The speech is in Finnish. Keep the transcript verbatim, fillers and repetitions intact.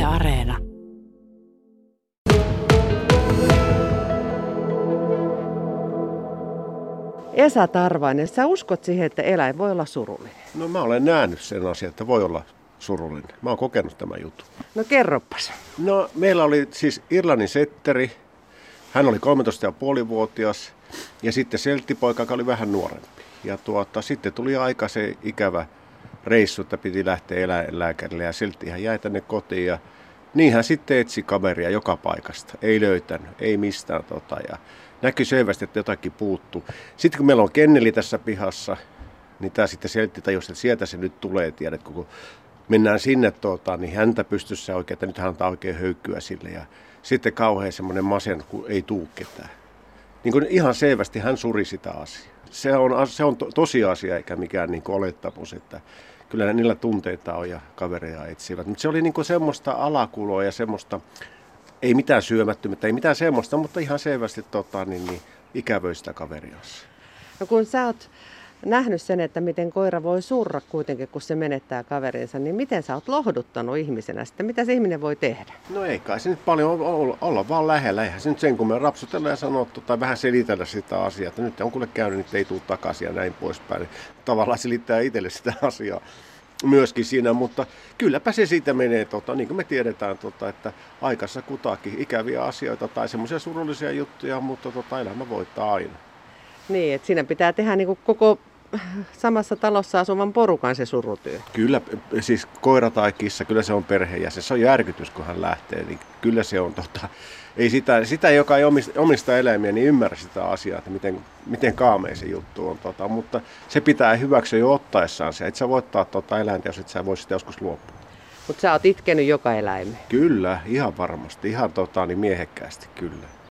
Areena. Esa Tarvainen, sä uskot siihen, että eläin voi olla surullinen? No mä olen nähnyt sen asian, että voi olla surullinen. Mä oon kokenut tämän jutun. No kerropas. No meillä oli siis Irlannin setteri. Hän oli kolmetoista pilkku viisi vuotias ja sitten selttipoika, joka oli vähän nuorempi. Ja tuota, sitten tuli aika se ikävä reissu, että piti lähteä eläinlääkärille ja selttihän jäi tänne kotiin. Ja niin hän sitten etsi kaveria joka paikasta. Ei löytänyt, ei mistään. Tota, ja näkyi selvästi, että jotakin puuttuu. Sitten kun meillä on kenneli tässä pihassa, niin tämä sitten seltti tajusi, että sieltä se nyt tulee, tiedät, kun mennään sinne, tuota, niin häntä pystyssä oikein, että nyt hän antaa oikein höykkyä sille. Ja sitten kauhean semmoinen masennus, kun ei tuu ketään. Niin kuin ihan selvästi hän suri sitä asiaa. Se on, se on to, tosiasia eikä mikään niin kuin olettamus, että kyllä niillä tunteita on ja kavereja etsivät. Mutta se oli niin kuin semmoista alakuloa ja semmoista, ei mitään syömättömyyttä, ei mitään semmoista, mutta ihan selvästi tota, niin, niin, ikävöistä kaveriassa. No kun sä oot nähnyt sen, että miten koira voi surra kuitenkin, kun se menettää kaverinsa, niin miten sä oot lohduttanut ihmisenä sitten? Mitä se ihminen voi tehdä? No ei kai se nyt paljon olla, olla vaan lähellä. Eihän se nyt sen, kun me rapsutellaan ja sanottu tai vähän selitellä sitä asiaa, että nyt on kuule käynyt, nyt ei tule takaisin ja näin poispäin. Tavallaan selittää itselle sitä asiaa myöskin siinä, mutta kylläpä se siitä menee, tota, niin kuin me tiedetään, tota, että aikassa kutakin ikäviä asioita tai semmoisia surullisia juttuja, mutta tota, elämä voittaa aina. Niin, että siinä pitää tehdä niin kuin koko samassa talossa asuvan porukan se surutyö. Kyllä, siis koira tai kissa, kyllä se on perheenjäsen. Se on järkytys, kun hän lähtee. Niin kyllä se on, tota, ei sitä, sitä, joka ei omista, omista eläimiä, niin ymmärrä sitä asiaa, että miten, miten kaamea se juttu on. Tota, mutta se pitää hyväksyä jo ottaessaan se. Et sä voi ottaa tota eläintä, jos et sä voi sitä joskus luopua. Mutta sä oot itkenyt joka eläimeen. Kyllä, ihan varmasti. Ihan tota, niin miehekkäästi, kyllä.